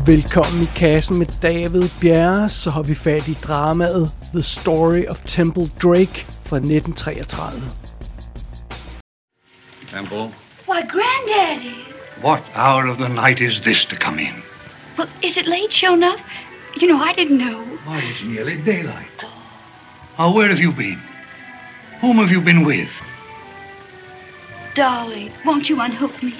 Velkommen i kassen med David Bjerre, så har vi fat i dramaet The Story of Temple Drake fra 1933. Temple? Why, Granddaddy! What hour of the night is this to come in? Well, is it late, sure enough? You know, I didn't know. Why, it's nearly daylight. Oh, where have you been? Whom have you been with? Dolly, won't you unhook me?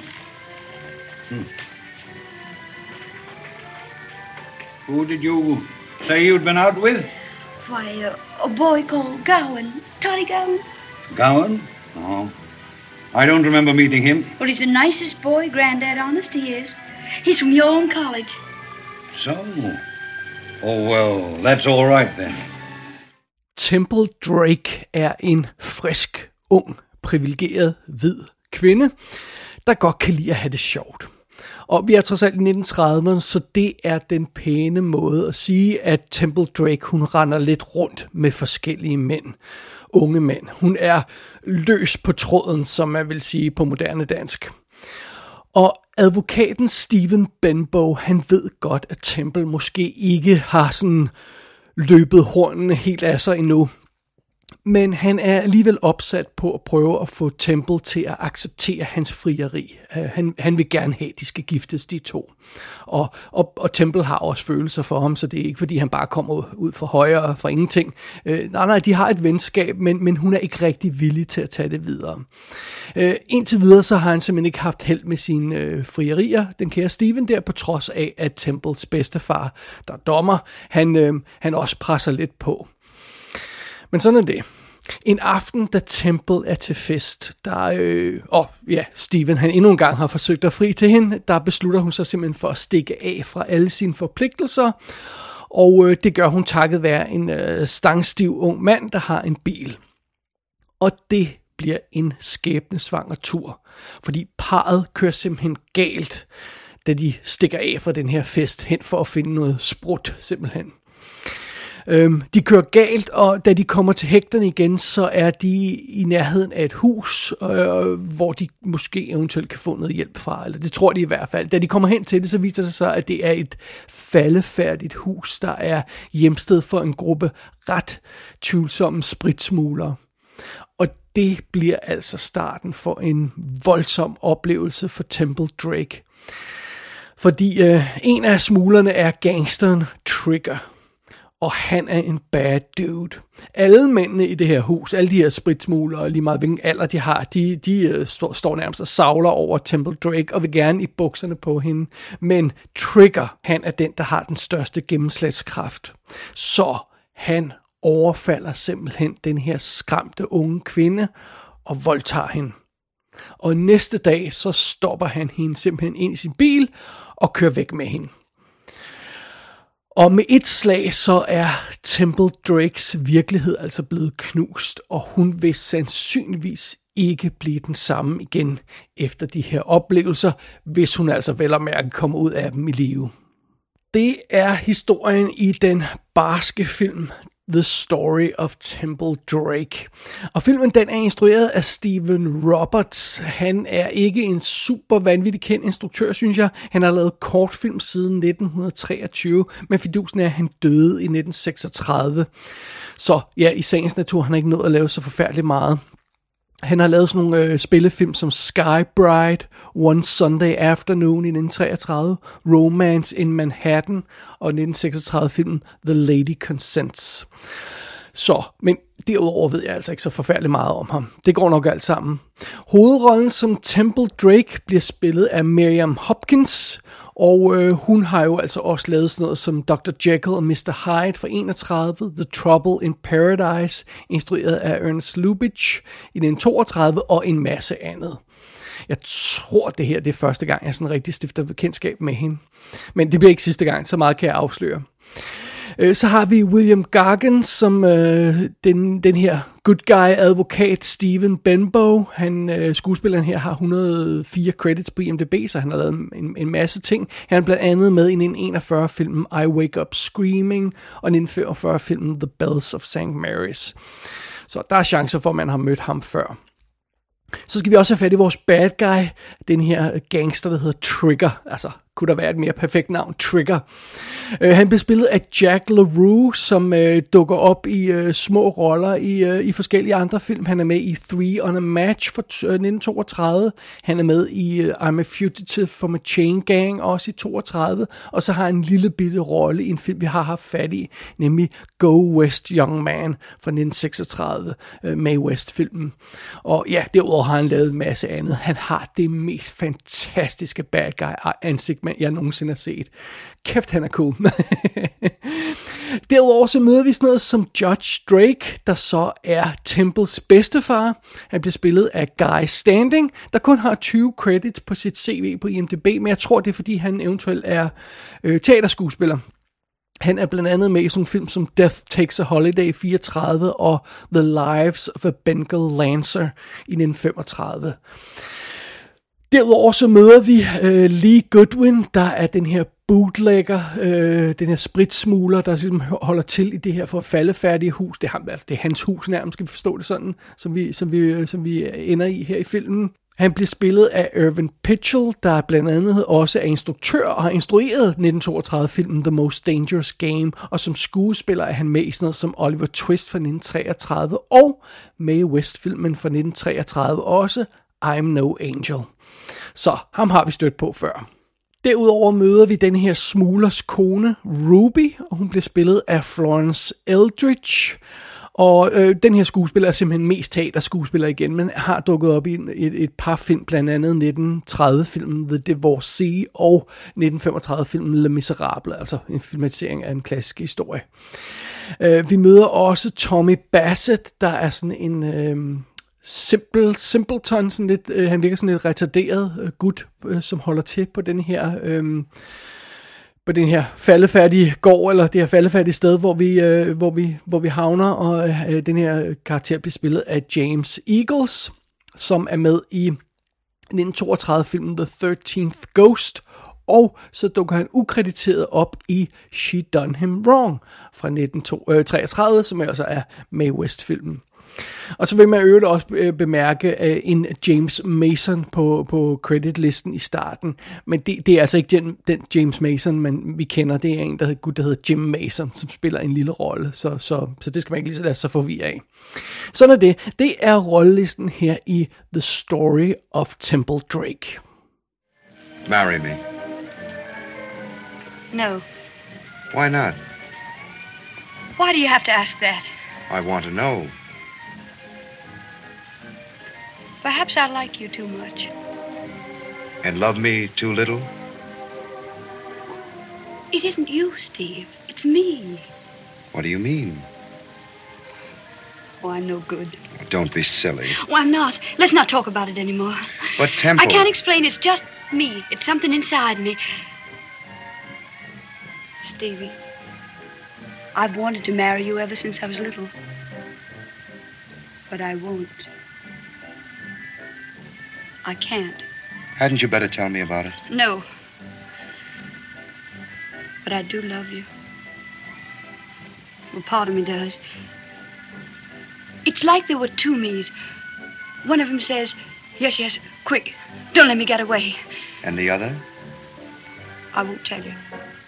Who did you say you'd been out with? Why, a boy called Gowan. Toddy Gowan? Gowan? Oh. I don't remember meeting him. Well, he's the nicest boy, Granddad, honest he is. He's from your own college. So? Oh, well, that's all right then. Temple Drake er en frisk, ung, privilegeret, hvid kvinde, der godt kan lide at have det sjovt. Og vi er trods alt i 1930'erne, så det er den pæne måde at sige, at Temple Drake, hun render lidt rundt med forskellige mænd. Unge mænd. Hun er løs på tråden, som man vil sige på moderne dansk. Og advokaten Stephen Benbow, han ved godt, at Temple måske ikke har sådan løbet hornene helt af sig endnu. Men han er alligevel opsat på at prøve at få Temple til at acceptere hans frieri. Han vil gerne have, at de skal giftes, de to. Og Temple har også følelser for ham, så det er ikke, fordi han bare kommer ud fra højre fra ingenting. Nej, de har et venskab, men hun er ikke rigtig villig til at tage det videre. Indtil videre, så har han simpelthen ikke haft held med sine frierier, den kære Steven der, på trods af, at Temples bedstefar, der er dommer, han også presser lidt på. Men sådan er det. En aften, da Temple er til fest, Steven, han endnu en gang har forsøgt at fri til hende, der beslutter hun sig simpelthen for at stikke af fra alle sine forpligtelser, og det gør hun takket være en stangstiv ung mand, der har en bil. Og det bliver en skæbnesvanger tur, fordi parret kører simpelthen galt, da de stikker af fra den her fest hen for at finde noget sprut, simpelthen. De kører galt, og da de kommer til hægterne igen, så er de i nærheden af et hus, hvor de måske eventuelt kan få noget hjælp fra, eller det tror de i hvert fald. Da de kommer hen til det, så viser det sig, at det er et faldefærdigt hus, der er hjemsted for en gruppe ret tvivlsomme spritsmuglere. Og det bliver altså starten for en voldsom oplevelse for Temple Drake. Fordi en af smuglerne er gangsteren Trigger. Og han er en bad dude. Alle mændene i det her hus, alle de her spritsmuglere, lige meget hvilken alder de har, de står nærmest og savler over Temple Drake og vil gerne i bukserne på hende. Men Trigger, han er den, der har den største gennemslagskraft. Så han overfalder simpelthen den her skræmte unge kvinde og voldtager hende. Og næste dag, så stopper han hende simpelthen ind i sin bil og kører væk med hende. Og med et slag, så er Temple Drakes virkelighed altså blevet knust, og hun vil sandsynligvis ikke blive den samme igen efter de her oplevelser, hvis hun altså vel og mærke kommer ud af dem i live. Det er historien i den barske film The Story of Temple Drake. Og filmen, den er instrueret af Steven Roberts. Han er ikke en super vanvittig kendt instruktør, synes jeg. Han har lavet kortfilm siden 1923, men fidusen er, at han døde i 1936. Så ja, i sagens natur, han har ikke nået at lave så forfærdeligt meget. Han har lavet sådan nogle spillefilm som Sky Bride, One Sunday Afternoon i 1933, Romance in Manhattan og 1936-filmen The Lady Consents. Så, men derudover ved jeg altså ikke så forfærdeligt meget om ham. Det går nok alt sammen. Hovedrollen som Temple Drake bliver spillet af Miriam Hopkins, og hun har jo altså også lavet sådan noget som Dr. Jekyll og Mr. Hyde fra 31, The Trouble in Paradise, instrueret af Ernest Lubitsch i 1932 og en masse andet. Jeg tror, det her det er første gang, jeg sådan rigtig stifter bekendtskab med hende. Men det bliver ikke sidste gang, så meget kan jeg afsløre. Så har vi William Gargan som den her good guy advokat Stephen Benbow. Skuespilleren her har 104 credits på IMDb, så han har lavet en masse ting. Han er blandt andet med i 1941-filmen I Wake Up Screaming og 1945-filmen The Bells of St. Mary's. Så der er chancer for, at man har mødt ham før. Så skal vi også have fat i vores bad guy, den her gangster, der hedder Trigger, altså kunne der være et mere perfekt navn, Trigger. Han blev spillet af Jack LaRue, som dukker op i små roller i forskellige andre film. Han er med i 3 on a Match fra 1932. Han er med i I'm a Fugitive from a Chain Gang, også i 32. Og så har han en lille bitte rolle i en film, vi har haft fat i, nemlig Go West Young Man fra 1936, Mae West-filmen. Og ja, derudover har han lavet en masse andet. Han har det mest fantastiske bad guy ansigt, jeg nogensinde har set. Kæft, han er cool. Derudover så møder vi sådan noget som Judge Drake, der så er Temples bedstefar. Han bliver spillet af Guy Standing, der kun har 20 credits på sit CV på IMDb, men jeg tror, det er fordi, han eventuelt er teaterskuespiller. Han er blandt andet med i sådan en film som Death Takes a Holiday 34 og The Lives of a Bengal Lancer i 1935. Derudover så møder vi Lee Goodwin, der er den her bootlegger, den her spritsmugler, der ligesom holder til i det her forfaldefærdige hus. Det er hans hus nærmest, skal vi forstå det sådan, som vi ender i her i filmen. Han bliver spillet af Irvin Pitchell, der blandt andet også er instruktør og har instrueret 1932-filmen The Most Dangerous Game, og som skuespiller er han med i sådan noget som Oliver Twist fra 1933 og Mae West-filmen fra 1933 også, I'm No Angel. Så ham har vi stødt på før. Derudover møder vi den her smuglers kone, Ruby, og hun bliver spillet af Florence Eldridge. Og den her skuespiller er simpelthen mest teaterskuespiller igen, men har dukket op i et par film, blandt andet 1930-filmen The Divorcee og 1935-filmen Le Miserable, altså en filmatisering af en klassisk historie. Vi møder også Tommy Bassett, der er sådan en simpleton, sådan lidt, han virker sådan lidt retarderet gut, som holder til på den her faldefærdige gård, eller det her faldefærdige sted, hvor vi havner, og den her karakter bliver spillet af James Eagles, som er med i 1932-filmen The 13th Ghost, og så dukker han ukrediteret op i She Done Him Wrong fra 1933, som også er Mae West-filmen. Og så vil man øvrigt også bemærke en James Mason på creditlisten i starten. Men det er altså ikke den James Mason, vi kender. Det er en, der hedder Jim Mason, som spiller en lille rolle. Så det skal man ikke lige lade sig forvirre af. Sådan er det. Det er rollelisten her i The Story of Temple Drake. Marry me. No. Why not? Why do you have to ask that? I want to know. Perhaps I like you too much. And love me too little? It isn't you, Steve. It's me. What do you mean? Oh, I'm no good. Don't be silly. Oh, I'm not. Let's not talk about it anymore. But Temple... I can't explain. It's just me. It's something inside me. Stevie, I've wanted to marry you ever since I was little. But I won't. I can't. Hadn't you better tell me about it? No. But I do love you. Well, part of me does. It's like there were two me's. One of them says, yes, yes, quick, don't let me get away. And the other? I won't tell you.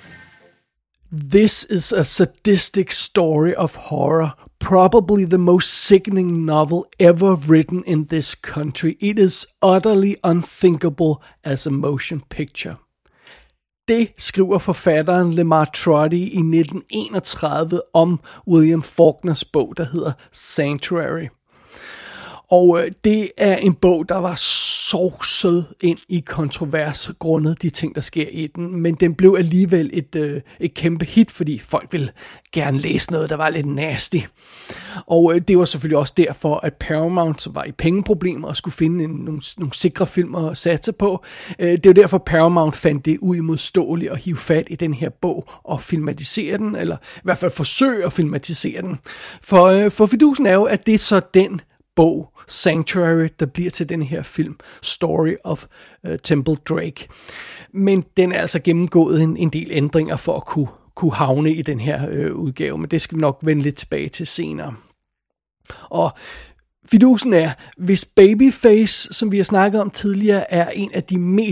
This is a sadistic story of horror, probably the most sickening novel ever written in this country. It is utterly unthinkable as a motion picture. Det skriver forfatteren Lamar Trotty i 1931 om William Faulkners bog, der hedder Sanctuary. Og det er en bog, der var så ind i kontrovers grundet de ting, der sker i den. Men den blev alligevel et kæmpe hit, fordi folk ville gerne læse noget, der var lidt nasty. Og det var selvfølgelig også derfor, at Paramount, som var i pengeproblemer og skulle finde nogle sikre filmer at satse på, det var derfor, Paramount fandt det uimodståeligt at hive fat i den her bog og filmatisere den, eller i hvert fald forsøge at filmatisere den. For fidusen er jo, at det er så den bog, Sanctuary, der bliver til den her film, Story of Temple Drake. Men den er altså gennemgået en del ændringer for at kunne havne i den her udgave, men det skal vi nok vende lidt tilbage til senere. Og fidusen er, hvis Babyface, som vi har snakket om tidligere, er en af de mest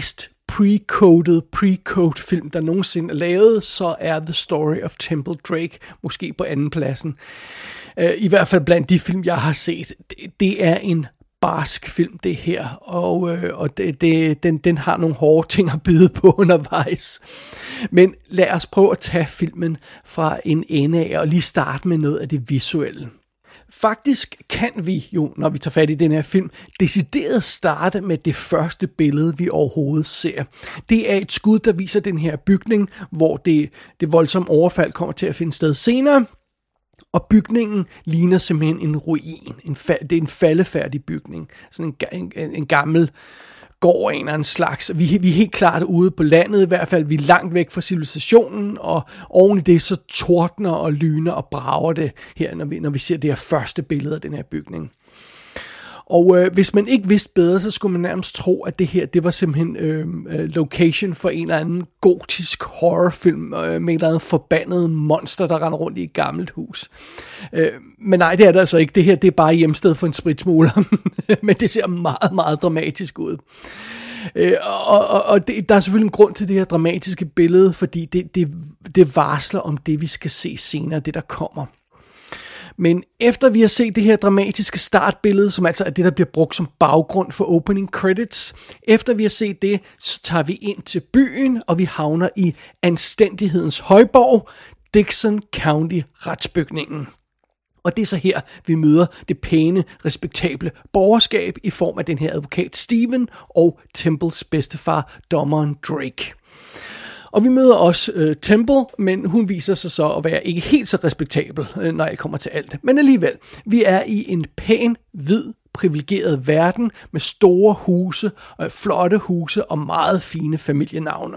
pre-code film, der nogensinde er lavet, så er The Story of Temple Drake måske på anden pladsen. I hvert fald blandt de film, jeg har set. Det er en barsk film, det her, og den har nogle hårde ting at byde på undervejs. Men lad os prøve at tage filmen fra en ende af, og lige starte med noget af det visuelle. Faktisk kan vi jo, når vi tager fat i den her film, decideret starte med det første billede, vi overhovedet ser. Det er et skud, der viser den her bygning, hvor det voldsomme overfald kommer til at finde sted senere. Og bygningen ligner simpelthen en ruin. Det er en faldefærdig bygning. Sådan en gammel gård af en eller anden slags. Vi er helt klart ude på landet, i hvert fald. Vi er langt væk fra civilisationen, og oven i det så tordner og lyner og brager det her, når vi ser det her første billede af den her bygning. Og hvis man ikke vidste bedre, så skulle man nærmest tro, at det her, det var simpelthen location for en eller anden gotisk horrorfilm med et eller andet forbandet monster, der render rundt i et gammelt hus. Men nej, det er det altså ikke. Det her, det er bare hjemsted for en spritsmugler. Men det ser meget, meget dramatisk ud. Og der er selvfølgelig en grund til det her dramatiske billede, fordi det varsler om det, vi skal se senere, det der kommer. Men efter vi har set det her dramatiske startbillede, som altså er det, der bliver brugt som baggrund for opening credits, efter vi har set det, så tager vi ind til byen, og vi havner i anstændighedens højborg, Dixon County retsbygningen. Og det er så her, vi møder det pæne, respektable borgerskab i form af den her advokat Steven og Temples bedstefar, dommeren Drake. Og vi møder også Temple, men hun viser sig så at være ikke helt så respektabel, når jeg kommer til alt. Men alligevel, vi er i en pæn, hvid, privilegeret verden med store huse, flotte huse og meget fine familienavne.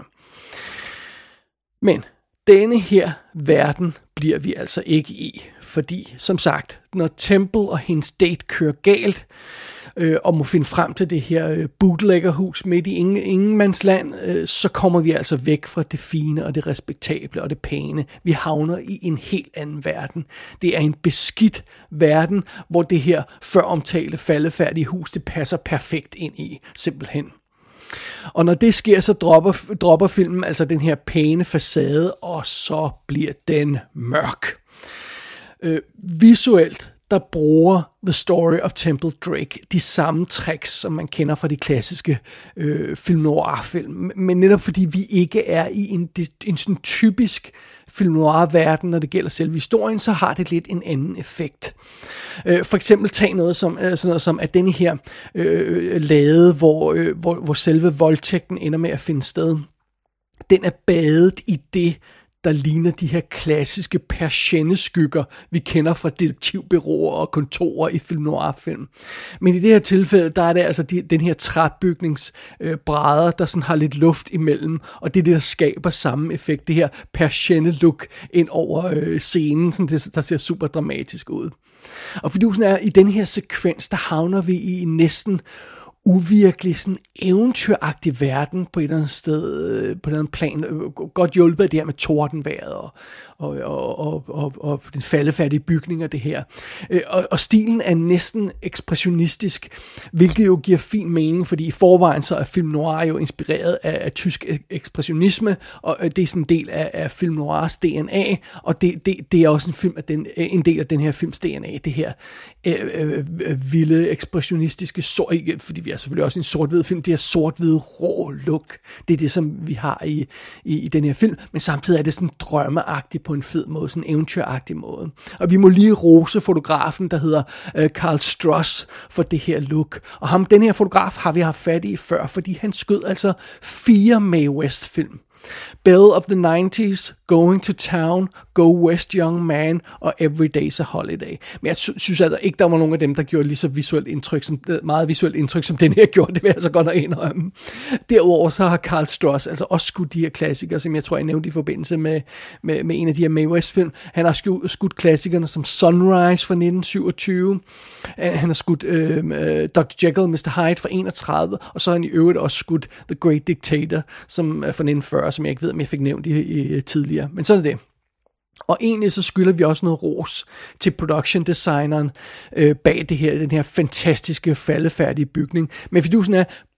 Men denne her verden bliver vi altså ikke i, fordi som sagt, når Temple og hendes date kører galt, og må finde frem til det her bootleggerhus midt i ingenmandsland, så kommer vi altså væk fra det fine og det respektable og det pæne. Vi havner i en helt anden verden. Det er en beskidt verden, hvor det her føromtalte faldefærdige hus, det passer perfekt ind i, simpelthen. Og når det sker, så dropper filmen altså den her pæne facade, og så bliver den mørk. Visuelt, der bruger The Story of Temple Drake de samme tricks, som man kender fra de klassiske film noir-film. Men netop fordi vi ikke er i en sådan typisk film noir-verden, når det gælder selve historien, så har det lidt en anden effekt. For eksempel tag noget som, sådan noget som at denne her lade, hvor selve voldtægten ender med at finde sted, den er badet i det, der ligner de her klassiske persienneskygger, vi kender fra detektivbureauer og kontorer i film noir-film. Men i det her tilfælde, der er det altså den her træbygningsbrædder, der sådan har lidt luft imellem, og det er det, der skaber samme effekt, det her persienne-look ind over scenen, sådan det, der ser super dramatisk ud. Og fordi sådan er, i den her sekvens, der havner vi i næsten uvirkelig, sådan eventyragtig verden på et eller andet sted, på et eller andet plan, godt hjulpet af det her med tordenvejret og den faldefærdige bygning og det her. Og stilen er næsten ekspressionistisk, hvilket jo giver fin mening, fordi i forvejen så er film noir jo inspireret af tysk ekspressionisme, og det er sådan en del af film noirs DNA, og det er også en del af den her films DNA, det her vilde ekspressionistiske, fordi vi er selvfølgelig også en sort-hvid film, det her sort-hvide rå look, det er det, som vi har i den her film, men samtidig er det sådan drømmeagtigt på en fed måde, sådan en eventyragtig måde. Og vi må lige rose fotografen, der hedder Karl Struss, for det her look. Og den her fotograf har vi haft fat i før, fordi han skød altså 4 Mae West film. Belle of the 90s, Going to Town, Go West Young Man og Every Day's a Holiday. Men jeg synes altså ikke, der var nogen af dem, der gjorde lige så meget visuelt indtryk, som den her gjorde. Det vil jeg altså godt nok indrømme. Derudover så har Karl Struss altså også skudt de her klassikere, som jeg tror, jeg nævnte i forbindelse med en af de her Mae West film. Han har skudt klassikerne som Sunrise fra 1927. Han har skudt Dr. Jekyll og Mr. Hyde fra 31. Og så har han i øvrigt også skudt The Great Dictator, som er fra 1940, som jeg ikke ved, om jeg fik nævnt tidligere. Men sådan er det. Og egentlig så skylder vi også noget ros til production designeren bag den her fantastiske faldefærdige bygning. Men fidusen er,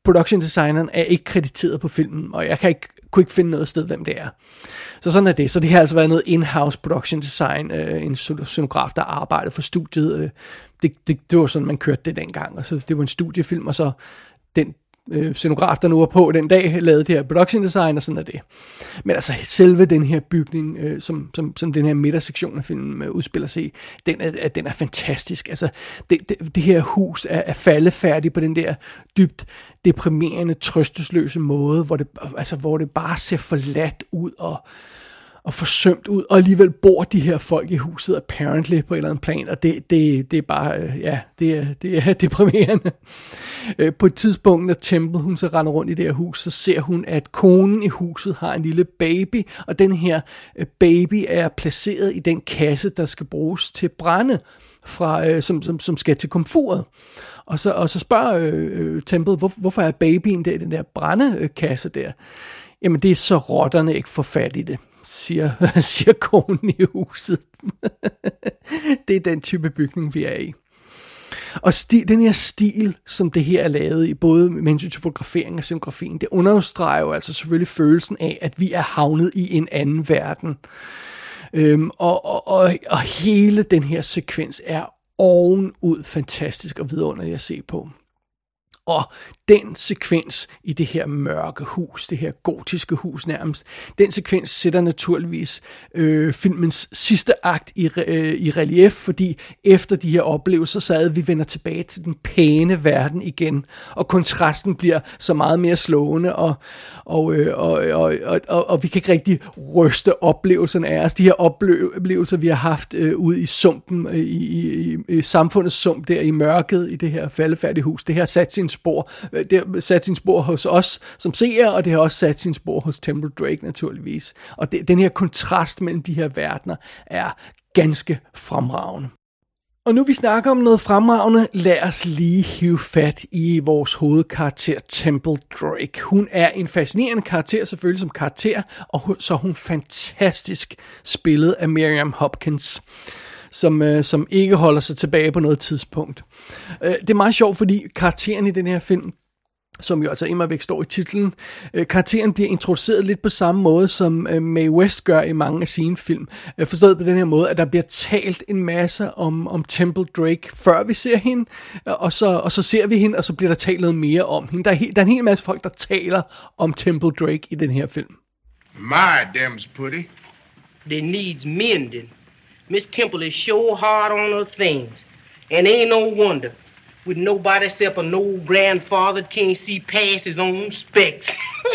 production designeren er ikke krediteret på filmen, og jeg kunne ikke finde noget sted, hvem det er. Så sådan er det. Så det har altså været noget in-house production design, en scenograf, der arbejdede for studiet. Det var sådan, man kørte det dengang. Og så det var en studiefilm, og så den scenograf, der nu var på den dag, lavede det her production design, og sådan er det. Men altså, selve den her bygning, som den her midtersektion af filmen udspiller sig i, den er fantastisk. Altså, det her hus er faldefærdig på den der dybt deprimerende, trøstesløse måde, hvor det bare ser forladt ud og forsømt ud, og alligevel bor de her folk i huset apparently på et eller andet plan, og det er bare, det er deprimerende. På et tidspunkt, når Temple, hun så render rundt i det her hus, så ser hun, at konen i huset har en lille baby, og den her baby er placeret i den kasse, der skal bruges til brænde, som skal til komfuret. Og så spørger Temple, hvorfor er babyen der i den der brændekasse der? Jamen, det er så rotterne ikke får fat i det, siger konen i huset. Det er den type bygning, vi er i. Og den her stil, som det her er lavet i, både med hensyn til fotografering og scenografien, det understreger jo altså selvfølgelig følelsen af, at vi er havnet i en anden verden. Og hele den her sekvens er ovenud fantastisk og vidunderlig at se på. Og den sekvens i det her mørke hus, det her gotiske hus nærmest, den sekvens sætter naturligvis filmens sidste akt i relief, fordi efter de her oplevelser, så vi vender tilbage til den pæne verden igen, og kontrasten bliver så meget mere slående, og vi kan ikke rigtig ryste oplevelserne af os. De her oplevelser, vi har haft ude i sumpen, i samfundets sump der i mørket, i det her faldefærdige hus, det har sat sin spor. Det har sat sin spor hos os som seere, og det har også sat sin spor hos Temple Drake naturligvis. Og den her kontrast mellem de her verdener er ganske fremragende. Og nu vi snakker om noget fremragende, lad os lige hive fat i vores hovedkarakter Temple Drake. Hun er en fascinerende karakter, selvfølgelig som karakter, og så er hun fantastisk spillet af Miriam Hopkins, som ikke holder sig tilbage på noget tidspunkt. Det er meget sjovt, fordi karakteren i den her film, som jo altså immervæk står i titlen, karakteren bliver introduceret lidt på samme måde, som Mae West gør i mange af sine film. Forstået på den her måde, at der bliver talt en masse om Temple Drake, før vi ser hende, og så ser vi hende, og så bliver der talt noget mere om hende. Der er en hel masse folk, der taler om Temple Drake i den her film. My damn's pretty. They needs mending. Miss Temple is sure hard on her things. And ain't no wonder. With nobody except an old grandfather can't see past his own specs.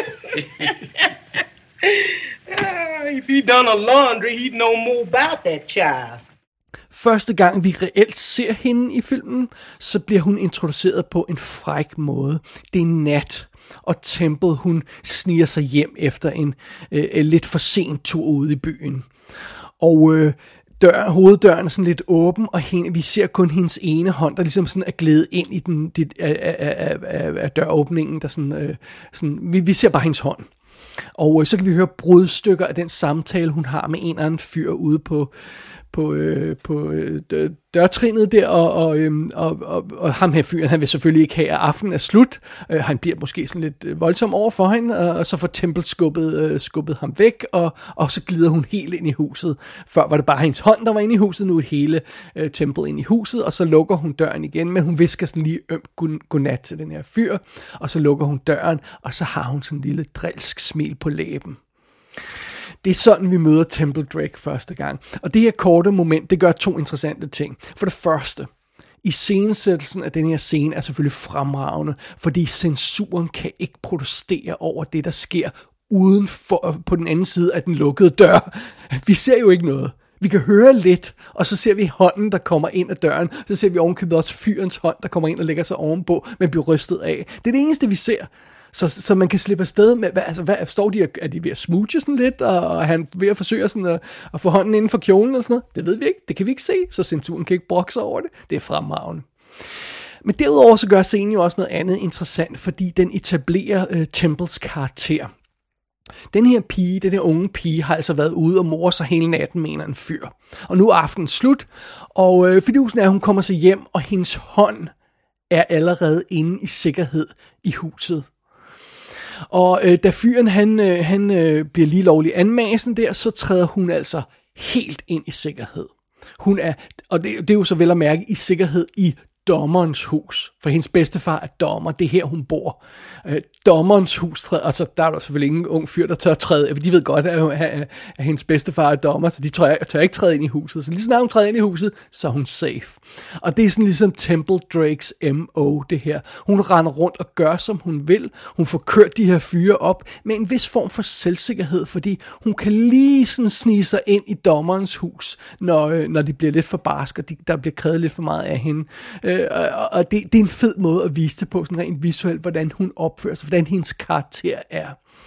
If he done a laundry, he'd know more about that child. Første gang vi reelt ser hende i filmen, så bliver hun introduceret på en fræk måde. Det er nat, og Temple hun sniger sig hjem efter en lidt for sen tur ude i byen. Og hoveddøren er sådan lidt åben, og vi ser kun hendes ene hånd, der ligesom sådan er glædet ind i af døråbningen. Der sådan, vi ser bare hendes hånd. Og så kan vi høre brudstykker af den samtale, hun har med en eller anden fyr ude på dørtrinet der, og ham her fyren, han vil selvfølgelig ikke have, at aftenen er slut. Han bliver måske sådan lidt voldsom over for hende, og så får Temple skubbet ham væk, og så glider hun helt ind i huset. Før var det bare hendes hånd, der var inde i huset, nu er hele Temple ind i huset, og så lukker hun døren igen, men hun visker sådan lige godnat til den her fyr, og så lukker hun døren, og så har hun sådan en lille drilsk smil på læben. Det er sådan, vi møder Temple Drake første gang. Og det her korte moment, det gør to interessante ting. For det første, iscenesættelsen af den her scene er selvfølgelig fremragende, fordi censuren kan ikke protestere over det, der sker udenfor på den anden side af den lukkede dør. Vi ser jo ikke noget. Vi kan høre lidt, og så ser vi hånden, der kommer ind ad døren. Så ser vi ovenkøbet også fyrens hånd, der kommer ind og lægger sig ovenpå, men bliver rystet af. Det er det eneste, vi ser. Så man kan slippe afsted med, hvad står de, er de ved at smooche sådan lidt, og han ved at forsøge sådan at få hånden inden for kjolen og sådan noget? Det ved vi ikke, det kan vi ikke se, så censuren kan ikke brokse over det. Det er fremragende. Men derudover så gør scenen jo også noget andet interessant, fordi den etablerer Temples karakter. Den her unge pige, har altså været ude og more sig hele natten med en fyr. Og nu er aftenen slut, og fidusen er, at hun kommer sig hjem, og hendes hånd er allerede inde i sikkerhed i huset. Og da fyren han bliver lige lovlig anmasen der, så træder hun altså helt ind i sikkerhed. Hun er, og det er jo så vel at mærke, i sikkerhed i dommerens hus, for hendes bedstefar er dommer, det er her hun bor. Dommerens hus, altså der er der selvfølgelig ingen ung fyr, der tør træde, for de ved godt, at hendes bedstefar er dommer, så de tør ikke træde ind i huset. Så lige snart hun træder ind i huset, så er hun safe. Og det er sådan ligesom Temple Drakes M.O. det her. Hun render rundt og gør, som hun vil. Hun får kørt de her fyre op med en vis form for selvsikkerhed, fordi hun kan lige sådan snige sig ind i dommerens hus, når de bliver lidt for barsk, og der bliver krævet lidt for meget af hende. Og det er en fed måde at vise det på, sådan rent visuelt, hvordan hun opfører sig, hvordan hendes karakter er.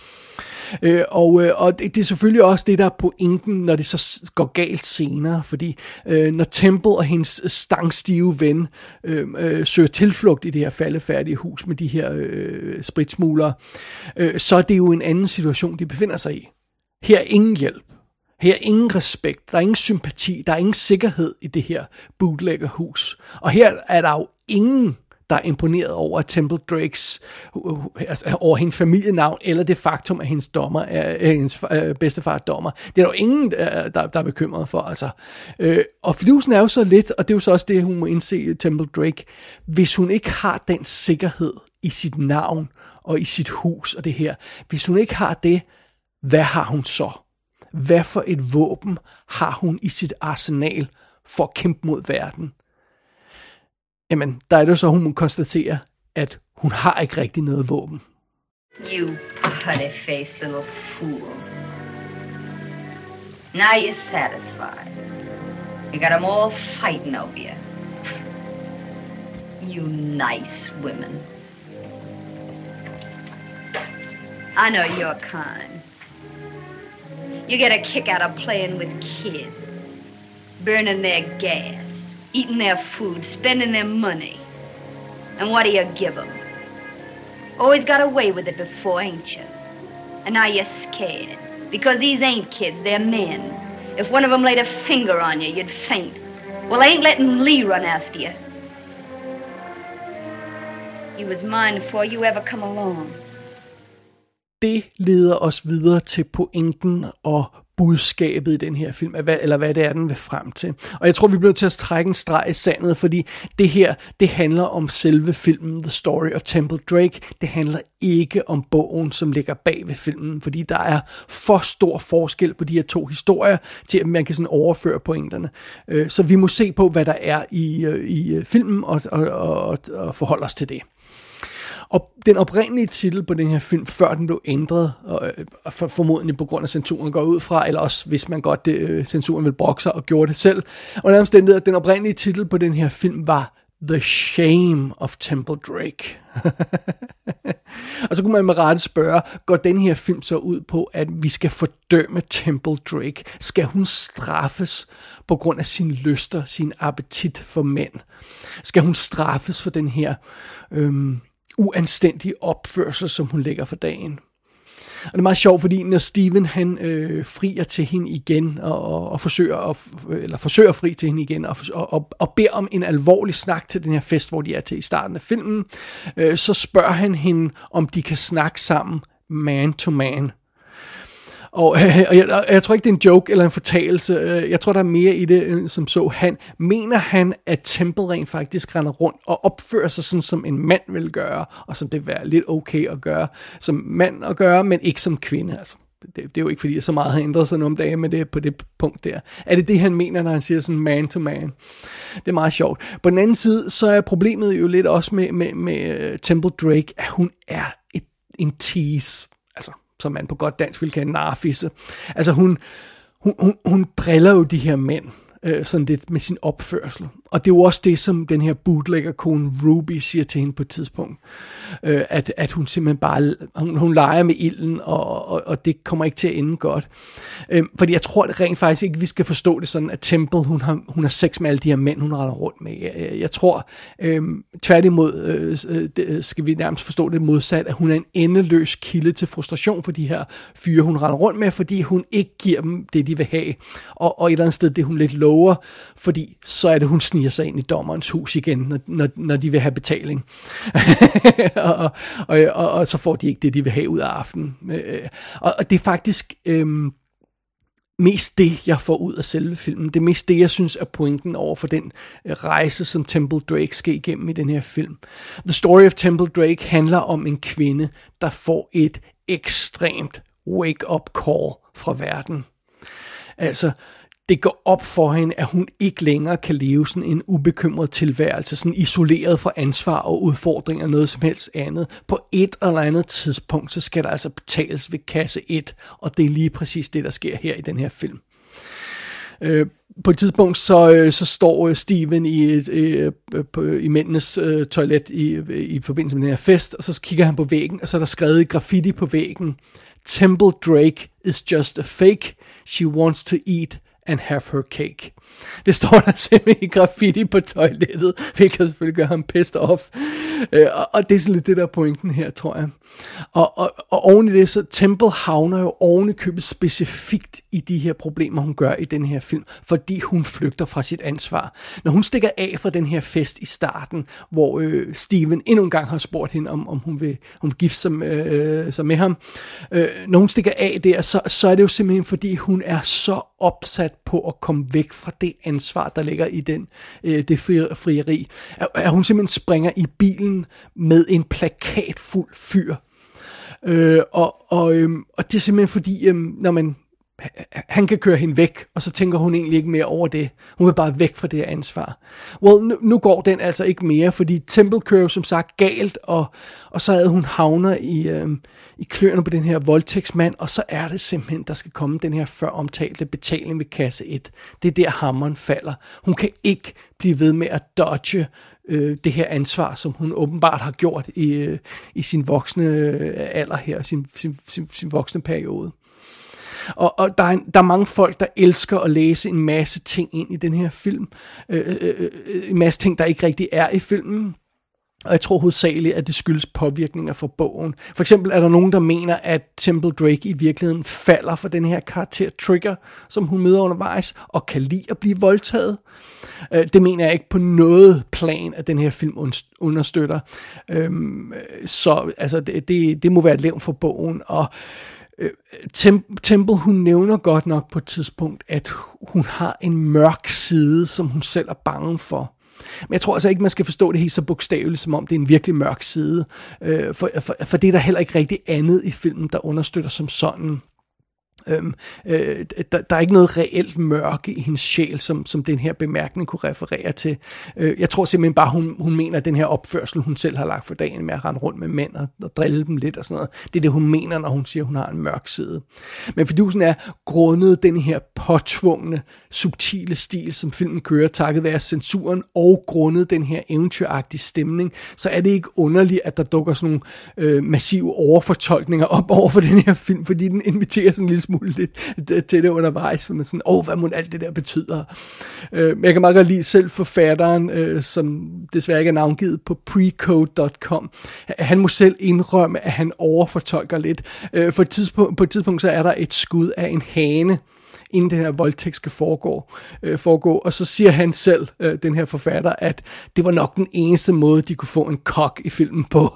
Og det er selvfølgelig også det, der er pointen, når det så går galt senere, fordi når Temple og hendes stangstive ven søger tilflugt i det her faldefærdige hus med de her spritsmuglere, så er det jo en anden situation, de befinder sig i. Her er ingen hjælp. Her er ingen respekt, der er ingen sympati, der er ingen sikkerhed i det her bootleggerhus. Og her er der jo ingen, der er imponeret over Temple Drakes, over hendes familienavn, eller det faktum, at hendes bedstefar er dommer. Det er der jo ingen, der er bekymret for. Altså. Og fidusen er jo så lidt, og det er jo så også det, hun må indse, Temple Drake, hvis hun ikke har den sikkerhed i sit navn, og i sit hus, og det her, hvis hun ikke har det, hvad har hun så? Hvad for et våben har hun i sit arsenal for at kæmpe mod verden? Jamen, der er det så, hun må konstatere, at hun har ikke rigtig noget våben. You putty-faced little fool. Now you're satisfied. You got them all fighting over you. You nice women. I know you're kind. You get a kick out of playing with kids, burning their gas, eating their food, spending their money. And what do you give them? Always got away with it before, ain't you? And now you're scared. Because these ain't kids, they're men. If one of them laid a finger on you, you'd faint. Well, I ain't letting Lee run after you. He was mine before you ever come along. Det leder os videre til pointen og budskabet i den her film, eller hvad det er, den vil frem til. Og jeg tror, vi bliver til at trække en streg i sandet, fordi det her, det handler om selve filmen, The Story of Temple Drake. Det handler ikke om bogen, som ligger bag ved filmen, fordi der er for stor forskel på de her to historier, til at man kan sådan overføre pointerne. Så vi må se på, hvad der er i filmen, og forholde os til det. Og den oprindelige titel på den her film, før den blev ændret, og formodentlig på grund af censuren går ud fra, eller også hvis man godt censuren vil brokke sig og gjorde det selv. Og den omstændighed, at den oprindelige titel på den her film var The Shame of Temple Drake. Og så kunne man med rette spørge, går den her film så ud på, at vi skal fordømme Temple Drake? Skal hun straffes på grund af sine lyster, sin appetit for mænd? Skal hun straffes for den her uanstændig opførsel, som hun lægger for dagen? Og det er meget sjovt, fordi når Steven han frier til hende igen og forsøger at fri til hende igen og beder om en alvorlig snak til den her fest, hvor de er til i starten af filmen, så spørger han hende, om de kan snakke sammen man to man. Og jeg tror ikke, det er en joke eller en fortalelse. Jeg tror, der er mere i det, som så. Mener han, at Temple rent faktisk render rundt og opfører sig sådan, som en mand vil gøre, og som det er lidt okay at gøre, som mand at gøre, men ikke som kvinde. Altså, det er jo ikke, fordi så meget har ændret sig nogle om dagen med det på det punkt der. Er det det, han mener, når han siger sådan man to man? Det er meget sjovt. På den anden side, så er problemet jo lidt også med Temple Drake, at hun er en tease. Altså, som man på godt dansk vil kalde narfisse. Altså hun driller jo de her mænd sådan lidt med sin opførsel. Og det er jo også det, som den her bootlegger-kone Ruby siger til hende på et tidspunkt. At hun simpelthen bare, hun leger med ilden, og det kommer ikke til at ende godt. Fordi jeg tror rent faktisk ikke, vi skal forstå det sådan, at Temple, hun har sex med alle de her mænd, hun render rundt med. Jeg tror, tværtimod skal vi nærmest forstå det modsat, at hun er en endeløs kilde til frustration for de her fyre, hun render rundt med, fordi hun ikke giver dem det, de vil have. Og et eller andet sted, det hun lidt low slower, fordi så er det, hun sniger sig ind i dommerens hus igen, når de vil have betaling. og så får de ikke det, de vil have ud af aftenen. Og det er faktisk mest det, jeg får ud af selve filmen. Det er mest det, jeg synes er pointen over for den rejse, som Temple Drake skal igennem i den her film. The Story of Temple Drake handler om en kvinde, der får et ekstremt wake-up call fra verden. Altså, det går op for hende, at hun ikke længere kan leve sådan en ubekymret tilværelse, sådan isoleret fra ansvar og udfordringer, noget som helst andet. På et eller andet tidspunkt, så skal der altså betales ved kasse 1, og det er lige præcis det, der sker her i den her film. På et tidspunkt, så står Steven i mændenes toilet i forbindelse med den her fest, og så kigger han på væggen, og så er der skrevet graffiti på væggen: Temple Drake is just a fake. She wants to eat and have her cake. Det står der simpelthen i graffiti på toilettet, hvilket selvfølgelig gør ham pissed off. Og det er sådan lidt det der pointen her, tror jeg. Og oven i det, så Temple havner jo oven i købet specifikt i de her problemer, hun gør i den her film, fordi hun flygter fra sit ansvar. Når hun stikker af fra den her fest i starten, hvor Steven endnu en gang har spurgt hende, om hun vil gifte sig med ham. Når hun stikker af der, så er det jo simpelthen, fordi hun er så opsat på at komme væk fra det ansvar, der ligger i det frieri. At hun simpelthen springer i bilen med en plakatfuld fyr. Og det er simpelthen fordi, han kan køre hende væk, og så tænker hun egentlig ikke mere over det. Hun vil bare væk fra det ansvar. Well, nu går den altså ikke mere, fordi Temple kører som sagt galt, og så havde hun havner i kløerne på den her voldtægtsmand, og så er det simpelthen, der skal komme den her før omtalte betaling ved kasse 1. Det er der hammeren falder. Hun kan ikke blive ved med at dodge det her ansvar, som hun åbenbart har gjort i sin voksne alder her, sin voksne periode. Og der er mange folk, der elsker at læse en masse ting ind i den her film. En masse ting, der ikke rigtig er i filmen. Og jeg tror hovedsageligt, at det skyldes påvirkninger fra bogen. For eksempel er der nogen, der mener, at Temple Drake i virkeligheden falder for den her karakter Trigger, som hun møder undervejs, og kan lide at blive voldtaget. Det mener jeg ikke på noget plan, at den her film understøtter. Så altså, det må være et levn for bogen. Og Temple, hun nævner godt nok på et tidspunkt, at hun har en mørk side, som hun selv er bange for. Men jeg tror altså ikke, man skal forstå det helt så bogstaveligt, som om det er en virkelig mørk side. For det er der heller ikke rigtig andet i filmen, der understøtter som sådan. Der er ikke noget reelt mørke i hendes sjæl, som den her bemærkning kunne referere til. Jeg tror simpelthen bare, hun mener, at den her opførsel, hun selv har lagt for dagen med at rende rundt med mænd og drille dem lidt og sådan noget, det er det, hun mener, når hun siger, at hun har en mørk side. Men fidusen er, grundet den her påtvungne, subtile stil, som filmen kører, takket være censuren, og grundet den her eventyragtige stemning, så er det ikke underligt, at der dukker sådan nogle massive overfortolkninger op over for den her film, fordi den inviterer sådan en lille smule lidt til det undervejs, for man sådan, hvad må alt det der betyder. Men jeg kan meget godt lide selv forfatteren, som desværre ikke er navngivet på precode.com. Han må selv indrømme, at han overfortolker lidt. På et tidspunkt så er der et skud af en hane, inden den her voldtægt skal foregå. Og så siger han selv, den her forfatter, at det var nok den eneste måde, de kunne få en kok i filmen på.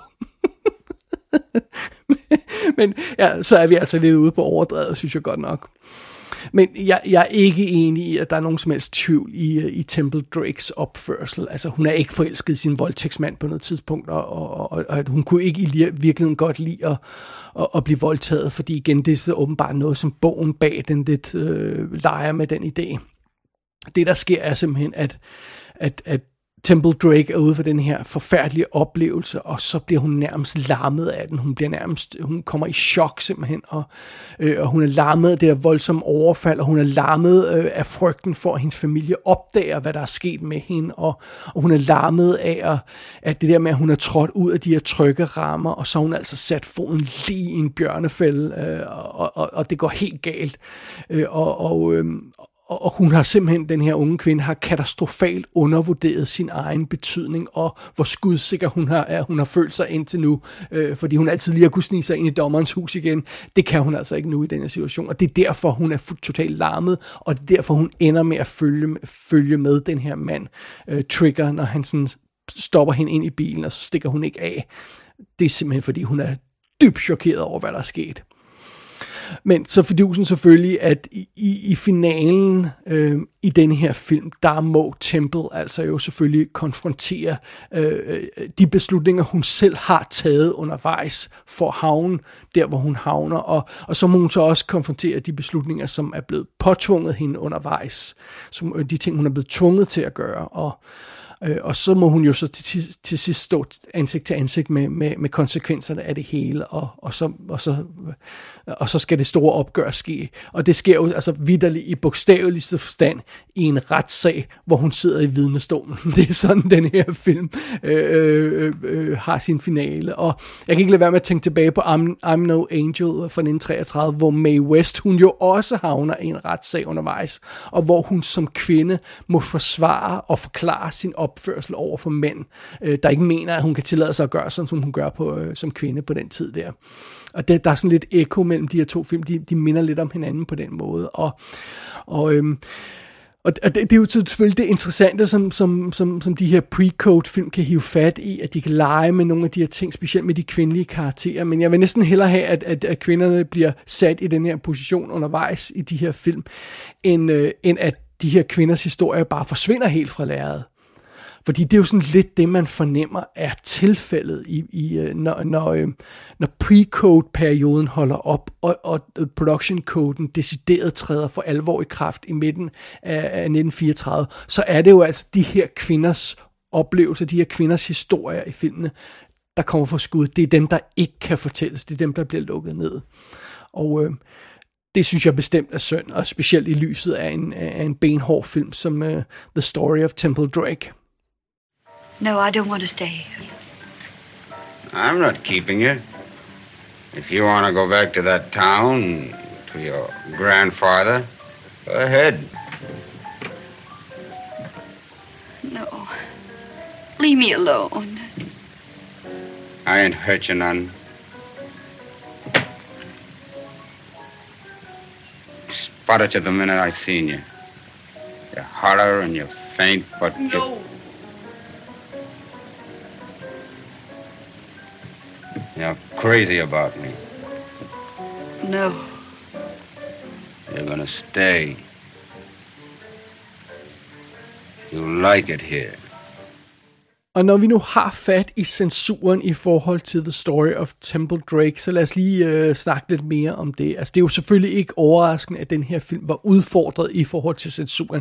Men ja, så er vi altså lidt ude på overdrevet, synes jeg godt nok. Men jeg er ikke enig i, at der er nogen som helst tvivl i Temple Drakes opførsel. Altså, hun er ikke forelsket i sin voldtægtsmand på noget tidspunkt, og hun kunne ikke i virkeligheden godt lide at blive voldtaget, fordi igen, det er så åbenbart noget, som bogen bag den lidt leger med den idé. Det, der sker, er simpelthen, at Temple Drake er ude for den her forfærdelige oplevelse, og så bliver hun nærmest lammet af den. Hun kommer i chok simpelthen, og hun er lammet af det der voldsomme overfald, og hun er lammet af frygten for, at hendes familie opdager, hvad der er sket med hende, og hun er lammet af at det der med, at hun er trådt ud af de her trygge rammer, og så har hun altså sat foden lige i en bjørnefælde, og det går helt galt. Og hun har simpelthen, den her unge kvinde, har katastrofalt undervurderet sin egen betydning, og hvor skudsikker hun har følt sig indtil nu, fordi hun altid lige har kunnet snige sig ind i dommerens hus igen. Det kan hun altså ikke nu i den her situation, og det er derfor, hun er totalt larmet, og det er derfor, hun ender med at følge med den her mand, Trigger, når han sådan stopper hende ind i bilen, og så stikker hun ikke af. Det er simpelthen, fordi hun er dybt chokeret over, hvad der er sket. Men så fidusen selvfølgelig, at i finalen i denne her film, der må Temple altså jo selvfølgelig konfrontere de beslutninger, hun selv har taget undervejs for at havne der, hvor hun havner. Og så må hun så også konfrontere de beslutninger, som er blevet påtvunget hende undervejs. De ting, hun er blevet tvunget til at gøre. Og så må hun jo så til sidst stå ansigt til ansigt med konsekvenserne af det hele, og så skal det store opgør ske. Og det sker jo altså vitterligt i bogstaveligste forstand i en retssag, hvor hun sidder i vidnestolen. Det er sådan, den her film har sin finale. Og jeg kan ikke lade være med at tænke tilbage på I'm No Angel fra 1933, hvor Mae West, hun jo også havner i en retssag undervejs, og hvor hun som kvinde må forsvare og forklare sin opførsel over for mænd, der ikke mener, at hun kan tillade sig at gøre sådan, som hun gør som kvinde på den tid der. Og der er sådan lidt ekko mellem de her to film, de minder lidt om hinanden på den måde. Og det er jo selvfølgelig det interessante, som de her pre-code film kan hive fat i, at de kan lege med nogle af de her ting, specielt med de kvindelige karakterer. Men jeg vil næsten hellere have, at kvinderne bliver sat i den her position undervejs i de her film, end at de her kvinders historie bare forsvinder helt fra lærredet. Fordi det er jo sådan lidt det, man fornemmer er tilfældet, når pre-code-perioden holder op, og production-koden decideret træder for alvor i kraft i midten af 1934, så er det jo altså de her kvinders oplevelser, de her kvinders historier i filmene, der kommer for skud. Det er dem, der ikke kan fortælles. Det er dem, der bliver lukket ned. Og det synes jeg bestemt er synd, og specielt i lyset af en benhård film som The Story of Temple Drake. No, I don't want to stay. I'm not keeping you. If you want to go back to that town, to your grandfather, go ahead. No. Leave me alone. I ain't hurt you none. Spotted you the minute I seen you. You holler and you faint, but No. You're crazy about me. No. You're gonna stay. You like it here. Og når vi nu har fat i censuren i forhold til The Story of Temple Drake, så lad os lige snakke lidt mere om det. Altså, det er jo selvfølgelig ikke overraskende, at den her film var udfordret i forhold til censuren.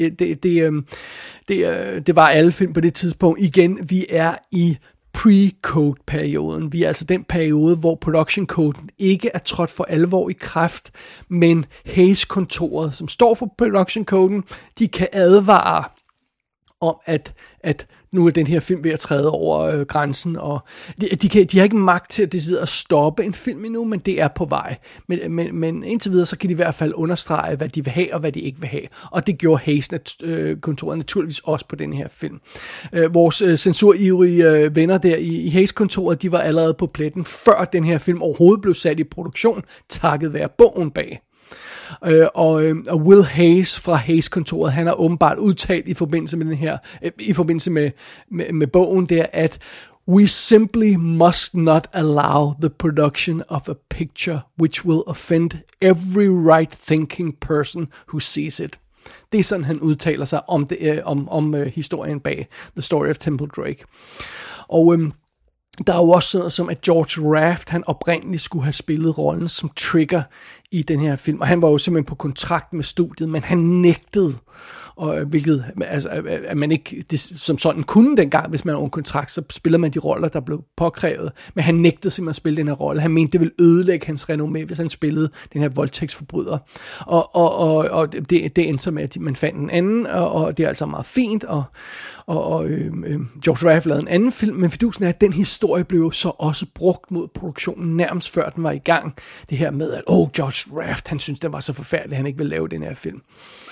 Det var alle film på det tidspunkt. Igen, vi er i pre-code-perioden. Vi er altså den periode, hvor production-koden ikke er trådt for alvor i kraft, men Hays-kontoret, som står for production-koden, de kan advare om, at nu er den her film ved at træde over grænsen, og de har ikke magt til at decidere at stoppe en film endnu, men det er på vej. Men indtil videre, så kan de i hvert fald understrege, hvad de vil have, og hvad de ikke vil have. Og det gjorde Hays-kontoret naturligvis også på den her film. Vores censurivrige venner der i Hays-kontoret, de var allerede på pletten, før den her film overhovedet blev sat i produktion, takket være bogen bag. Og Will Hays fra Hays-kontoret, han har åbenbart udtalt i forbindelse med den her, i forbindelse med bogen der, at we simply must not allow the production of a picture which will offend every right-thinking person who sees it. Det er sådan, han udtaler sig om historien bag The Story of Temple Drake. Og der er jo også sådan noget som, at George Raft, han oprindeligt skulle have spillet rollen som Trigger i den her film, og han var jo simpelthen på kontrakt med studiet, men han nægtede, og hvilket, altså, at man ikke det, som sådan kunne dengang, hvis man var en kontrakt, så spiller man de roller, der blev påkrævet, men han nægtede simpelthen at spille den her rolle. Han mente, det ville ødelægge hans renommé, hvis han spillede den her voldtægtsforbryder, og det endte så med, at man fandt en anden, og det er altså meget fint, og George Raft lavede en anden film, men fidusen er, at den historie blev så også brugt mod produktionen nærmest før den var i gang. Det her med, at George Raft, han synes, den var så forfærdelig, han ikke ville lave den her film.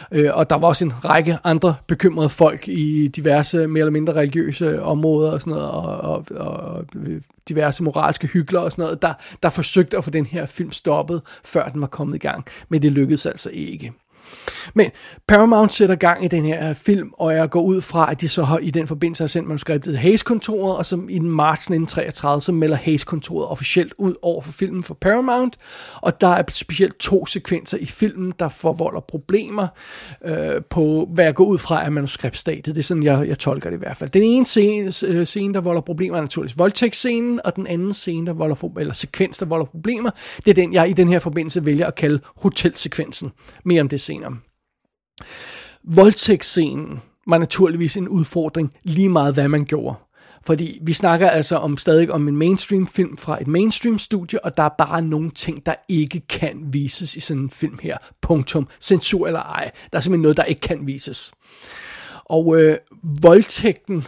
Og der var også en række andre bekymrede folk i diverse mere eller mindre religiøse områder og sådan noget, og diverse moralske hyklere og sådan noget, der forsøgte at få den her film stoppet, før den var kommet i gang. Men det lykkedes altså ikke. Men Paramount sætter gang i den her film, og jeg går ud fra, at de så har i den forbindelse har sendt manuskriptet til Hayes-kontoret, og som i marts 1933, så melder Hayes-kontoret officielt ud over for filmen for Paramount, og der er specielt 2 sekvenser i filmen, der forvolder problemer på, hvad jeg går ud fra af manuskriptstadiet. Det er sådan, jeg tolker det i hvert fald. Den ene scene, der volder problemer, er naturligvis voldtægtsscenen, og den anden scene, der volder eller sekvens, der volder problemer, det er den, jeg i den her forbindelse vælger at kalde hotelsekvensen. Mere om det senere. Voldtægtsscenen var naturligvis en udfordring, lige meget hvad man gjorde. Fordi vi snakker altså stadig om en mainstream film fra et mainstream studie, og der er bare nogle ting, der ikke kan vises i sådan en film her. Punktum. Censur eller ej. Der er simpelthen noget, der ikke kan vises. Og voldtægten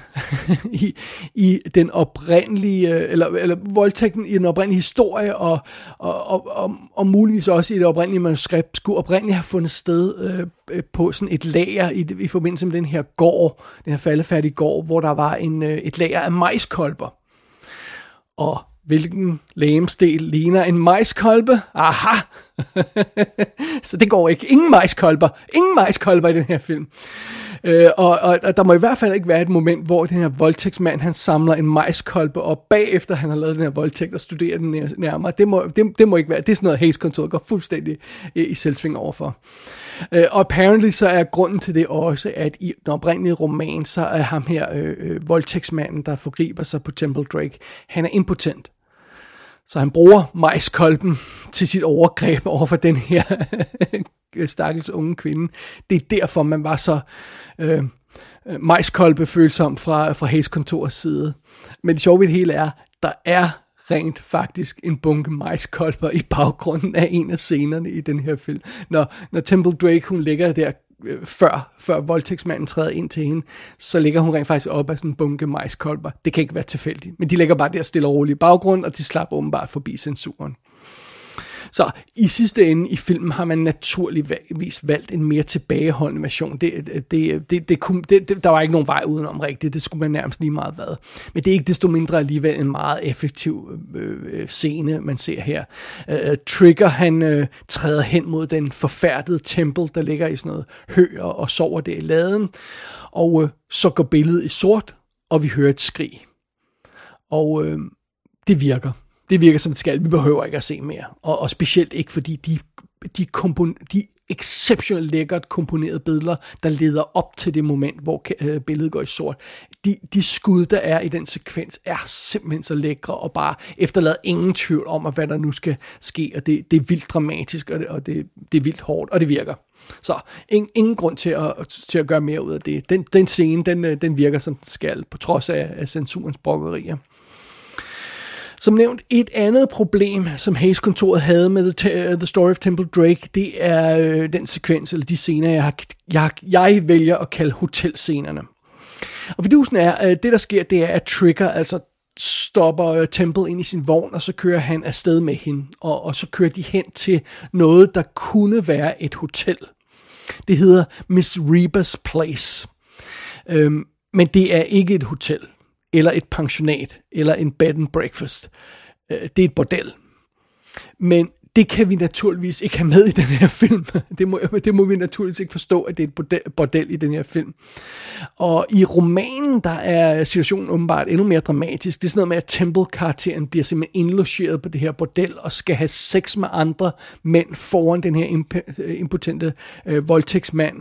i den oprindelige, eller voldtægten i den oprindelige historie, og muligvis også i det oprindelige manuskript, skulle oprindeligt have fundet sted på sådan et lager i forbindelse med den her gård, den her faldefærdige gård, hvor der var et lager af majskolber. Og hvilken legemsdel ligner en majskolbe? Aha! Så det går ikke. Ingen majskolber i den her film. Og der må i hvert fald ikke være et moment, hvor den her voldtægtsmand, han samler en majskolbe op bagefter han har lavet den her voldtægt og studerer den nærmere. Det må ikke være. Det er sådan noget, Hayes-kontoret går fuldstændig i selvsving overfor. Og apparently så er grunden til det også, at i den oprindelige roman, så er ham her voldtægtsmanden, der forgriber sig på Temple Drake, han er impotent. Så han bruger majskolben til sit overgreb over for den her stakkels unge kvinde. Det er derfor, man var så majskolbefølsom fra Hayes-kontorets side. Men det sjove ved det hele er, der er rent faktisk en bunke majskolber i baggrunden af en af scenerne i den her film. Når Temple Drake, hun ligger der før voldtægtsmanden træder ind til hende, så ligger hun rent faktisk op af sådan en bunke majskolber. Det kan ikke være tilfældigt, men de ligger bare der stille og roligt i baggrunden, og de slapper åbenbart forbi censuren. Så i sidste ende i filmen har man naturligvis valgt en mere tilbageholdende version. Der var ikke nogen vej udenom rigtigt. Det skulle man nærmest lige meget været. Men det er ikke desto mindre alligevel en meget effektiv scene, man ser her. Trigger, han træder hen mod den forfærdede Temple, der ligger i sådan noget hø og sover der i laden. Og så går billedet i sort, og vi hører et skrig. Og det virker. Det virker som det skal. Vi behøver ikke at se mere. Og specielt ikke, fordi de exceptionelt lækkert komponerede billeder, der leder op til det moment, hvor billedet går i sort. De skud, der er i den sekvens, er simpelthen så lækre, og bare efterlader ingen tvivl om, hvad der nu skal ske. Og det er vildt dramatisk, og det er vildt hårdt, og det virker. Så ingen grund til at gøre mere ud af det. Den scene, den virker som den skal, på trods af censurens brokkerier. Som nævnt, et andet problem, som Hayes-kontoret havde med The Story of Temple Drake, det er den sekvens, eller de scener, jeg vælger at kalde hotelscenerne. Og fidusen er, at det der sker, det er, at Trigger altså stopper Temple ind i sin vogn, og så kører han afsted med hende, og så kører de hen til noget, der kunne være et hotel. Det hedder Miss Reba's Place. Men det er ikke et hotel, eller et pensionat, eller en bed and breakfast. Det er et bordel. Men det kan vi naturligvis ikke have med i den her film. Det må vi naturligvis ikke forstå, at det er et bordel i den her film. Og i romanen, der er situationen åbenbart endnu mere dramatisk. Det er sådan noget med, at Temple-karakteren bliver simpelthen indlogeret på det her bordel, og skal have sex med andre mænd foran den her impotente voldtægtsmand,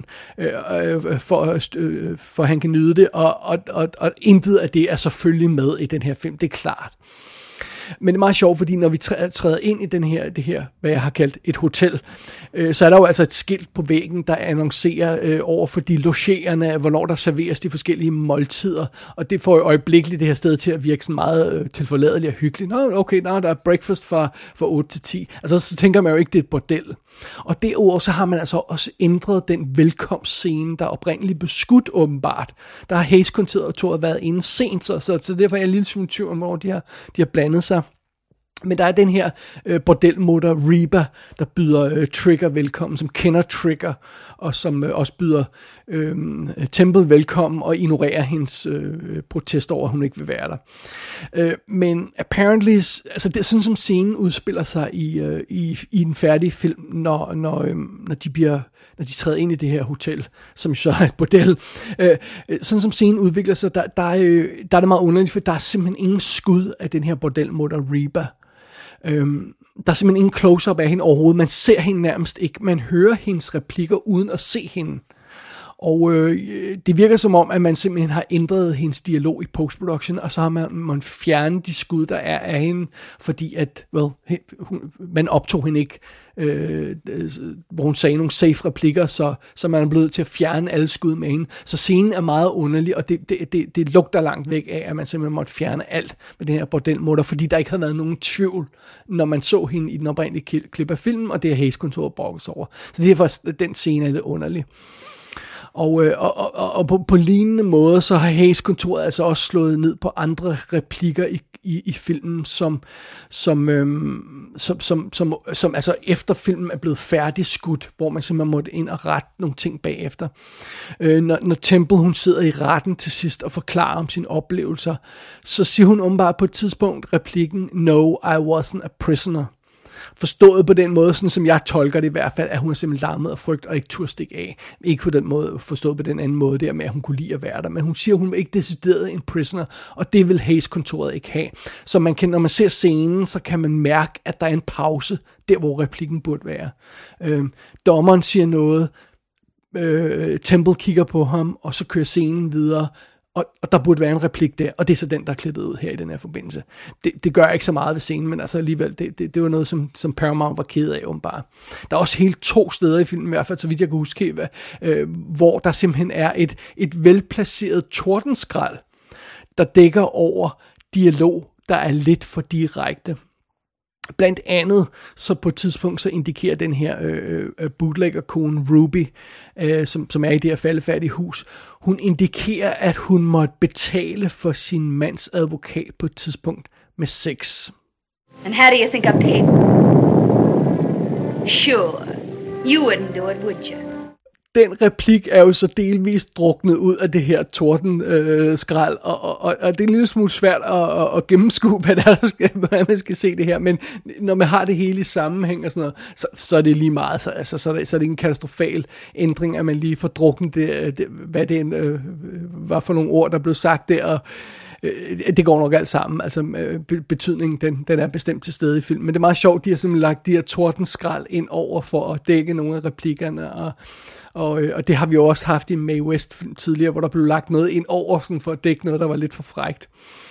for han kan nyde det. Og intet af det er selvfølgelig med i den her film, det er klart. Men det er meget sjovt, fordi når vi træder ind i det her, hvad jeg har kaldt et hotel, så er der jo altså et skilt på væggen, der annoncerer over for de logerende, hvornår der serveres de forskellige måltider, og det får jo øjeblikkeligt det her sted til at virke sådan meget tilforladeligt og hyggeligt. Der er breakfast fra 8 til 10. Altså så tænker man jo ikke, det er et bordel. Og derudover så har man altså også ændret den velkomstscene, der oprindeligt blev skudt åbenbart. Der har Hayes-kontoret været inde sent, så derfor er jeg en lille smule tvivl om, hvor de har blandet sig. Men der er den her bordelmutter Reba, der byder Trigger velkommen, som kender Trigger, og som også byder Temple velkommen og ignorerer hendes protest over, at hun ikke vil være der. Men apparently, altså det er sådan som scenen udspiller sig i den færdige film, når de træder ind i det her hotel, som så er et bordel. Sådan som scenen udvikler sig, der er det meget underligt, for der er simpelthen ingen skud af den her bordelmutter Reba. Der er simpelthen ingen close-up af hende overhovedet. Man ser hende nærmest ikke. Man hører hendes replikker uden at se hende. Og det virker som om, at man simpelthen har ændret hendes dialog i postproduktion, og så har man fjernet de skud, der er af hende, fordi at, man optog hende ikke, hvor hun sagde nogle safe replikker, så man er blevet til at fjerne alle skud med hende. Så scenen er meget underlig, og det lugter langt væk af, at man simpelthen måtte fjerne alt med den her bordelmutter, fordi der ikke havde været nogen tvivl, når man så hende i den oprindelige klip af filmen, og det er Hayes-kontoret brokkes over. Så det er faktisk, den scene er lidt underlig. Og på lignende måde, så har Hayes-kontoret altså også slået ned på andre replikker i filmen, som altså efter filmen er blevet færdigskudt, hvor man simpelthen måtte ind og rette nogle ting bagefter. Når Temple, hun sidder i retten til sidst og forklarer om sine oplevelser, så siger hun åbenbart på et tidspunkt replikken, "No, I wasn't a prisoner." Forstået på den måde, sådan som jeg tolker det i hvert fald, at hun er simpelthen lammet af frygt og ikke turde stikke af. Ikke på den måde, forstået på den anden måde der med, at hun kunne lide at være der. Men hun siger, at hun ikke decideret en prisoner, og det vil Hayes-kontoret ikke have. Så man kan, når man ser scenen, så kan man mærke, at der er en pause, der hvor replikken burde være. Dommeren siger noget, Temple kigger på ham, og så kører scenen videre, og der burde være en replik der, og det er så den, der er klippet ud her i den her forbindelse. Det gør ikke så meget ved scenen, men altså alligevel, det var noget, som Paramount var ked af, åbenbart. Der er også helt 2 steder i filmen, i hvert fald så vidt jeg kan huske, hvor der simpelthen er et velplaceret tordenskrald, der dækker over dialog, der er lidt for direkte. Blandt andet, så på et tidspunkt, så indikerer den her bootlegger-kone Ruby, som er i det her faldefærdige hus, hun indikerer, at hun måtte betale for sin mands advokat på et tidspunkt med sex. And how do you think I paid? Sure, you wouldn't do it, would you? Den replik er jo så delvist druknet ud af det her tordenskrald, og det er en lille smule svært at gennemskue, hvad man skal se det her, men når man har det hele i sammenhæng og sådan noget, så er det lige meget, så er det en katastrofal ændring, at man lige får druknet hvad det var for nogle ord, der blev sagt der, og det går nok alt sammen, altså betydningen, den er bestemt til stede i filmen, men det er meget sjovt, de har simpelthen lagt de her tordenskrald ind over for at dække nogle af replikkerne, og det har vi jo også haft i Mae West film tidligere, hvor der blev lagt noget ind over sådan for at dække noget, der var lidt for frækt.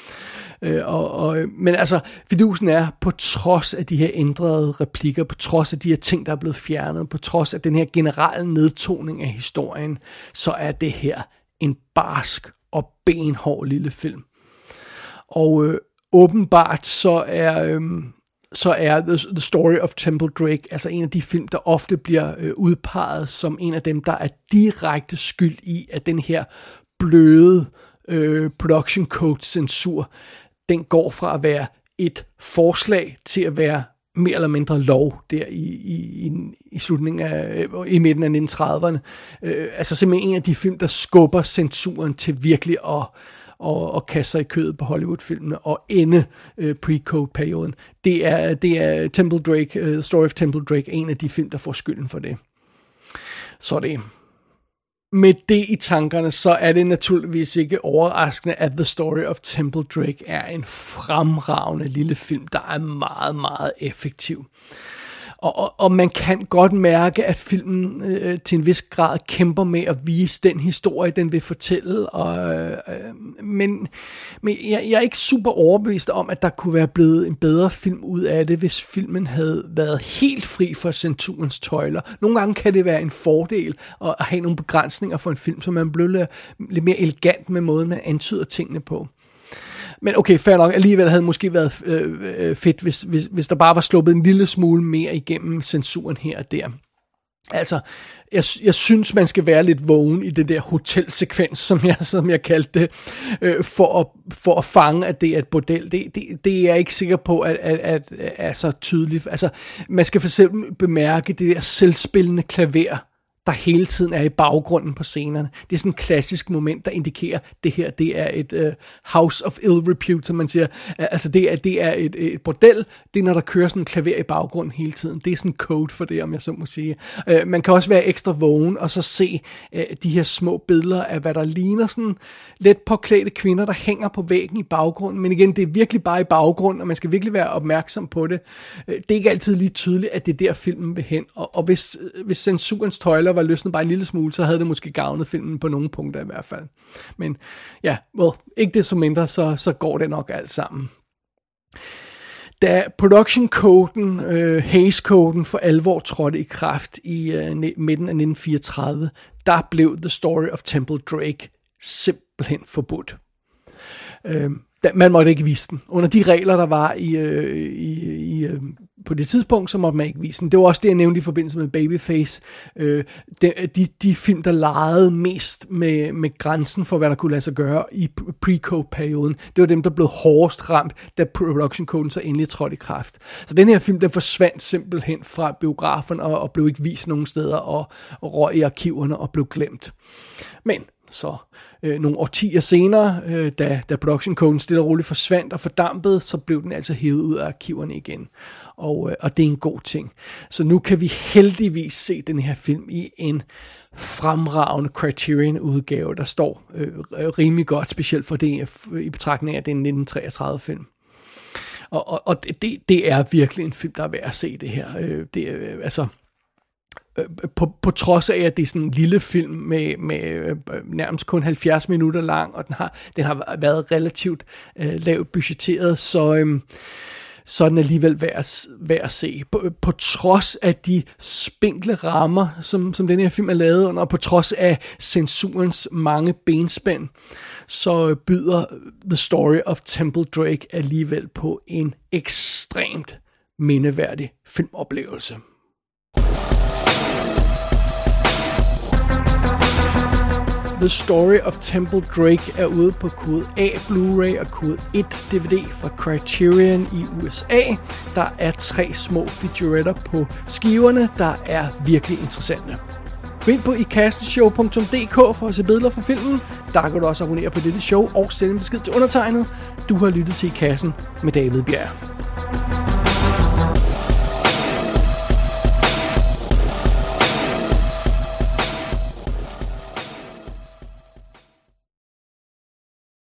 Men altså, fidusen er, på trods af de her ændrede replikker, på trods af de her ting, der er blevet fjernet, på trods af den her generelle nedtoning af historien, så er det her en barsk og benhård lille film. Og åbenbart så er The Story of Temple Drake altså en af de film, der ofte bliver udpeget som en af dem, der er direkte skyld i, at den her bløde production code censur, den går fra at være et forslag til at være mere eller mindre lov der i slutningen af, i midten af 1930'erne. Altså simpelthen en af de film, der skubber censuren til virkelig at kaste sig i kødet på Hollywood-filmene og ende pre-code-perioden. Det er Temple Drake, Story of Temple Drake, en af de film, der får skylden for det. Så det. Med det i tankerne, så er det naturligvis ikke overraskende, at The Story of Temple Drake er en fremragende lille film, der er meget, meget effektiv. Og man kan godt mærke, at filmen til en vis grad kæmper med at vise den historie, den vil fortælle. Men jeg er ikke super overbevist om, at der kunne være blevet en bedre film ud af det, hvis filmen havde været helt fri for censurens tøjler. Nogle gange kan det være en fordel at have nogle begrænsninger for en film, så man bliver lidt mere elegant med måden, man antyder tingene på. Men okay, fair nok, alligevel havde det måske været fedt, hvis der bare var sluppet en lille smule mere igennem censuren her og der. Altså, jeg synes, man skal være lidt vågen i det der hotelsekvens, som jeg kaldte det, for at fange, at det er et bordel. Det er jeg ikke sikker på, at er så tydeligt. Altså, man skal for eksempel bemærke det der selvspillende klaver, der hele tiden er i baggrunden på scenerne. Det er sådan et klassisk moment, der indikerer, at det her, det er et house of ill repute, som man siger. Altså det er et bordel, det er når der kører sådan en klaver i baggrunden hele tiden. Det er sådan en code for det, om jeg så må sige. Man kan også være ekstra vågen, og så se de her små billeder af, hvad der ligner sådan let påklædte kvinder, der hænger på væggen i baggrunden. Men igen, det er virkelig bare i baggrunden, og man skal virkelig være opmærksom på det. Det er ikke altid lige tydeligt, at det er der filmen vil hen. Og hvis censurens tøjler var løsnet bare en lille smule, så havde det måske gavnet filmen på nogle punkter i hvert fald. Men ja, ikke desto mindre, så går det nok alt sammen. Da production-koden, Hays-koden for alvor trådte i kraft i midten af 1934, der blev The Story of Temple Drake simpelthen forbudt. Man måtte ikke vise den. Under de regler, der var på det tidspunkt, så måtte man ikke vise den. Det var også det, jeg nævnte i forbindelse med Babyface. De film, der legede mest med grænsen for, hvad der kunne lade sig gøre i pre-code-perioden, det var dem, der blev hårdest ramt, da production-koden så endelig trådte i kraft. Så den her film, den forsvandt simpelthen fra biografen og blev ikke vist nogen steder og røg i arkiverne og blev glemt. Men så nogle årtier senere, da production-koden stille og roligt forsvandt og fordampede, så blev den altså hævet ud af arkiverne igen. Og det er en god ting. Så nu kan vi heldigvis se den her film i en fremragende Criterion-udgave, der står rimelig godt, specielt for det i betragtning af, at det er en 1933-film. Og det er virkelig en film, der er værd at se det her. Det er altså... På trods af, at det er sådan en lille film med nærmest kun 70 minutter lang, og den har været relativt lavt budgetteret, så er den alligevel værd at se. På trods af de spinkle rammer, som den her film er lavet under, og på trods af censurens mange benspænd, så byder The Story of Temple Drake alligevel på en ekstremt mindeværdig filmoplevelse. The Story of Temple Drake er ude på kode A Blu-ray og kode 1 DVD fra Criterion i USA. Der er 3 små featuretter på skiverne, der er virkelig interessante. Gå ind på ikassenshow.dk for at se billeder fra filmen. Der kan du også abonnere på dette show og sende en besked til undertegnet. Du har lyttet til I Kassen med David Bjerg.